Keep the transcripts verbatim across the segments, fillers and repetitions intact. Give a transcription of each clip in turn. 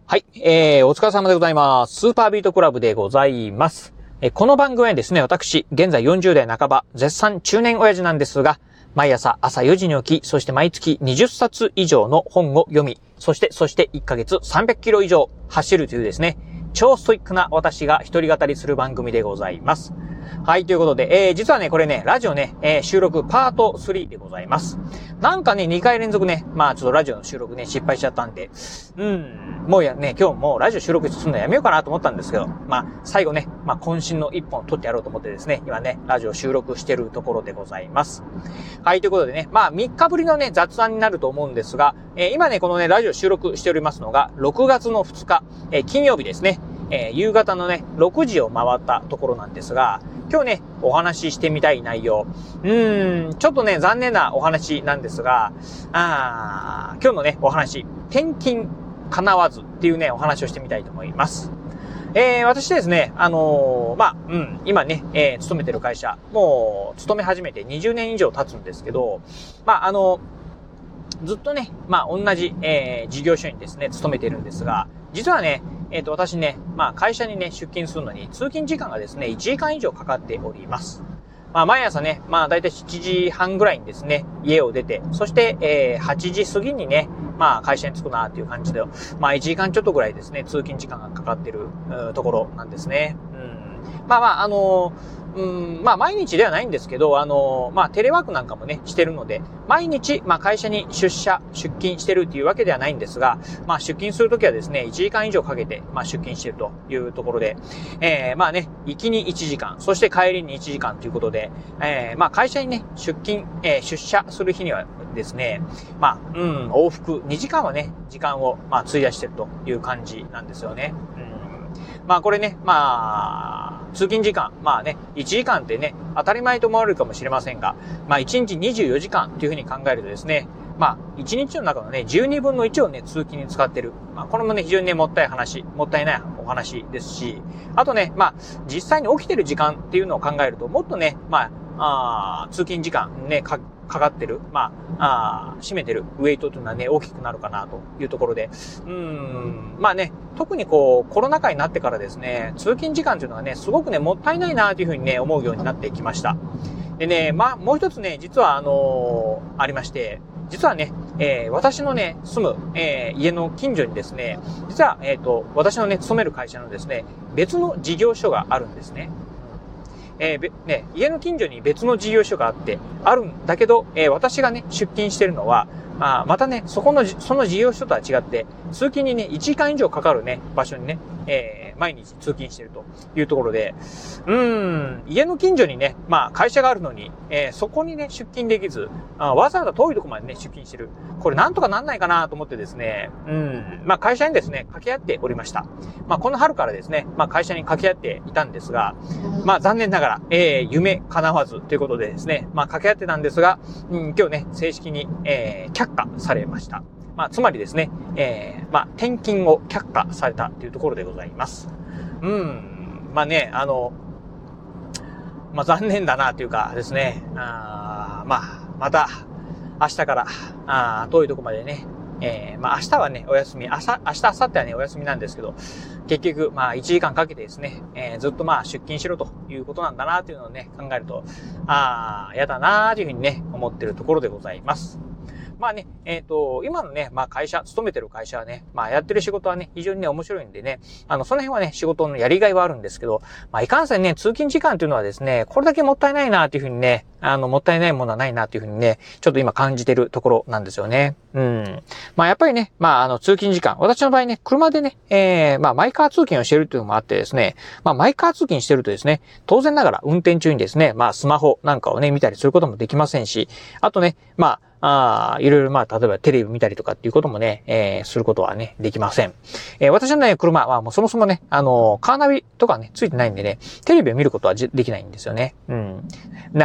はい、えー、お疲れ様でございます。スーパービートクラブでございます。えー、この番組はですね、私、現在よんじゅう代半ば、絶賛中年親父なんですが、毎朝朝よじに起き、そして毎月にじゅっさつ以上の本を読み、そして、そしていっかげつさんびゃくキロ以上走るというですね、超ストイックな私が一人語りする番組でございます。はい、ということで、えー、実はね、これね、ラジオね、えー、収録パートスリーでございます。なんかね、にかい連続ね、まあちょっとラジオの収録ね、失敗しちゃったんで、うん、もうやね、今日もうラジオ収録するのやめようかなと思ったんですけど、まあ最後ね、まあ渾身の一本撮ってやろうと思ってですね、今ね、ラジオ収録してるところでございます。はい、ということでね、まあみっかぶりのね、雑談になると思うんですが、えー、今ね、このね、ラジオ収録しておりますのが、ろくがつのふつか、えー、金曜日ですね。えー、夕方のね、ろくじを回ったところなんですが、今日ね、お話ししてみたい内容。うーん、ちょっとね、残念なお話なんですが、あー今日のね、お話、転勤叶わずっていうね、お話をしてみたいと思います。えー、私ですね、あのー、まあ、うん、今ね、えー、勤めてる会社、もう、勤め始めてにじゅうねん以上経つんですけど、まあ、あのー、ずっとね、まあ、同じ、えー、事業所にですね、勤めてるんですが、実はね、えっと、私ね、まあ、会社にね、出勤するのに、通勤時間がですね、いちじかん以上かかっております。まあ、毎朝ね、まあ、だいたいしちじはんぐらいにですね、家を出て、そして、えー、はちじ過ぎにね、まあ、会社に着くなっていう感じで、まあ、いちじかんちょっとぐらいですね、通勤時間がかかってる、ところなんですね。うん。まあまあ、あのー、うん、まあ毎日ではないんですけど、あの、まあテレワークなんかもね、してるので、毎日、まあ会社に出社、出勤してるっていうわけではないんですが、まあ出勤するときはですね、いちじかん以上かけて、まあ出勤してるというところで、えー、まあね、行きにいちじかん、そして帰りにいちじかんということで、えー、まあ会社にね、出勤、えー、出社する日にはですね、まあ、うん、往復にじかんはね、時間を、まあ費やしてるという感じなんですよね。うん、まあこれね、まあ、通勤時間、まあね、いちじかんってね、当たり前と思われるかもしれませんが、まあいちにちにじゅうよじかんというふうに考えるとですね、まあいちにちの中のね、じゅうにぶんのいちをね、通勤に使ってる。まあこれもね、非常にね、もったい話、もったいないお話ですし、あとね、まあ実際に起きてる時間っていうのを考えると、もっとね、まあ、あ通勤時間ね、か、かかってる、まあ、あ占めてるウェイトというのはね、大きくなるかなというところで、うーん、まあね、特にこう、コロナ禍になってからですね、通勤時間というのがね、すごくね、もったいないなというふうにね、思うようになってきました。でね、まあ、もう一つね、実はあのー、ありまして、実はね、えー、私のね、住む、えー、家の近所にですね、実は、えっと、私のね、勤める会社のですね、別の事業所があるんですね。えー、ね、家の近所に別の事業所があって、あるんだけど、えー、私がね、出勤してるのは、あまたね、そこの、その事業所とは違って、通勤にね、いちじかん以上かかるね、場所にね、えー、毎日通勤してるというところで、うーん、家の近所にね、まあ、会社があるのに、えー、そこにね、出勤できず、あわざわざ遠いところまでね、出勤してる。これなんとかなんないかなと思ってですね、うん、まあ、会社にですね、掛け合っておりました。まあ、この春からですね、まあ、会社に掛け合っていたんですが、まあ、残念ながら、えー、夢叶わずということでですね、まあ、掛け合ってたんですが、うん、今日ね、正式に、えー、却下されました。まあ、つまりですね、えー、まあ、転勤を却下されたというところでございます。うん、まあね、あの、まあ、残念だなというかですね、あまあ、また、明日から、あ遠いとこまでね、えー、まあ明日はね、お休み、明日、明日、明後日はね、お休みなんですけど、結局、まあいちじかんかけてですね、えー、ずっとまあ出勤しろということなんだなというのをね、考えると、ああ、やだなというふうにね、思っているところでございます。まあね、えっと、今のね、まあ会社、勤めてる会社はね、まあやってる仕事はね、非常にね、面白いんでね、あの、その辺はね、仕事のやりがいはあるんですけど、まあいかんせんね、通勤時間というのはですね、これだけもったいないなというふうにね、あの、もったいないものはないなというふうにね、ちょっと今感じてるところなんですよね。うん。まあやっぱりね、まああの、通勤時間、私の場合ね、車でね、えー、まあマイカー通勤をしているというのもあってですね、まあマイカー通勤してるとですね、当然ながら運転中にですね、まあスマホなんかをね、見たりすることもできませんし、あとね、まあ、ああ、いろいろまあ、例えばテレビ見たりとかっていうこともね、えー、することはね、できません。えー、私のね、車はもうそもそもね、あのー、カーナビとかね、ついてないんでね、テレビを見ることはできないんですよね。うん。な、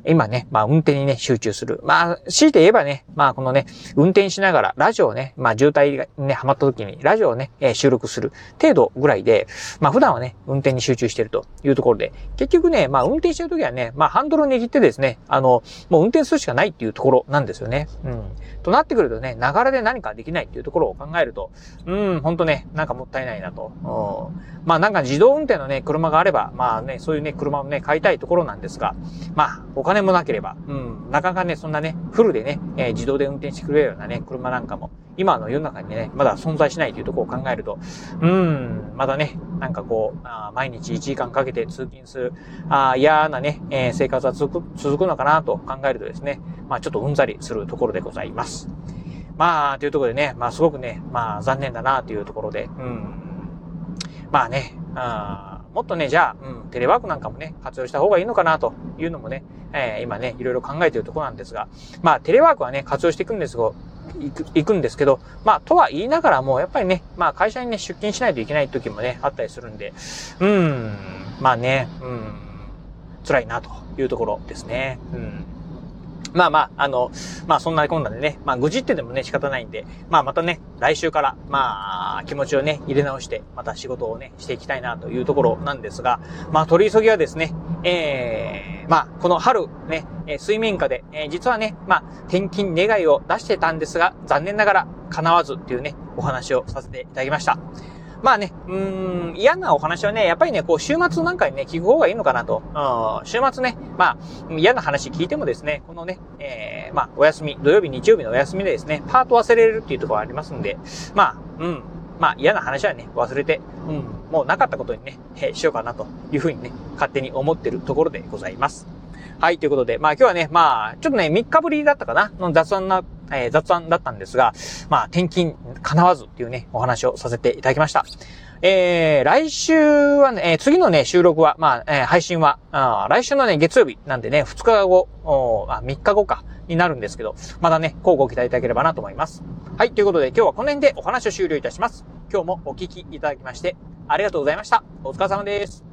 今ね、まあ運転にね、集中する。まあ、強いて言えばね、まあこのね、運転しながらラジオをね、まあ渋滞がね、ハマった時にラジオをね、えー、収録する程度ぐらいで、まあ普段はね、運転に集中しているというところで、結局ね、まあ運転してる時はね、まあハンドルを握ってですね、あの、もう運転するしかないっていうところなんですよね。うん。となってくるとね、ながらで何かできないっていうところを考えると、うん、ほんとね、なんかもったいないなと。まあなんか自動運転のね、車があれば、まあね、そういうね、車をね、買いたいところなんですが、まあ、お金もなければ、うん、なかなかね、そんなね、フルでね、えー、自動で運転してくれるようなね、車なんかも、今の世の中にね、まだ存在しないというところを考えると、うん、まだね、なんかこう、あ毎日いちじかんかけて通勤する、あ嫌なね、えー、生活は続く、続くのかなと考えるとですね、まあちょっとうんざりするところでございます。まあ、というところでね、まあすごくね、まあ残念だなというところで、うん、まあね、あもっとね、じゃあ、うん、テレワークなんかもね、活用した方がいいのかなというのもね、えー、今ね、いろいろ考えているところなんですが、まあテレワークはね、活用していくんですが、行く、行くんですけど、まあ、とは言いながらも、やっぱりね、まあ、会社にね、出勤しないといけない時もね、あったりするんで、うーん、まあね、うん、辛いなというところですね。うん。まあまあ、あの、まあそんなこんなでね、まあ愚痴ってでもね仕方ないんで、まあまたね、来週から、まあ気持ちをね、入れ直して、また仕事をね、していきたいなというところなんですが、まあ取り急ぎはですね、えー、まあこの春ね、水面下で、えー、実はね、まあ転勤願いを出してたんですが、残念ながら叶わずっていうね、お話をさせていただきました。まあね、うーん、嫌なお話はね、やっぱりね、こう、週末なんかにね、聞く方がいいのかなと。うん、週末ね、まあ、嫌な話聞いてもですね、このね、えー、まあ、お休み、土曜日、日曜日のお休みでですね、パート忘れるっていうところがありますんで、まあ、うん、まあ、嫌な話はね、忘れて、うん、もうなかったことにね、えー、しようかなというふうにね、勝手に思ってるところでございます。はい、ということで、まあ今日はね、まあ、ちょっとね、みっかぶりだったかなの雑談な、えー、雑談だったんですが、まあ、転勤叶わずっていうね、お話をさせていただきました。えー、来週はね、えー、次のね、収録は、まあ、えー、配信は、あ来週のね、月曜日なんでね、ふつかご、あ、みっかごか、になるんですけど、まだね、こうご期待いただければなと思います。はい、ということで今日はこの辺でお話を終了いたします。今日もお聞きいただきまして、ありがとうございました。お疲れ様です。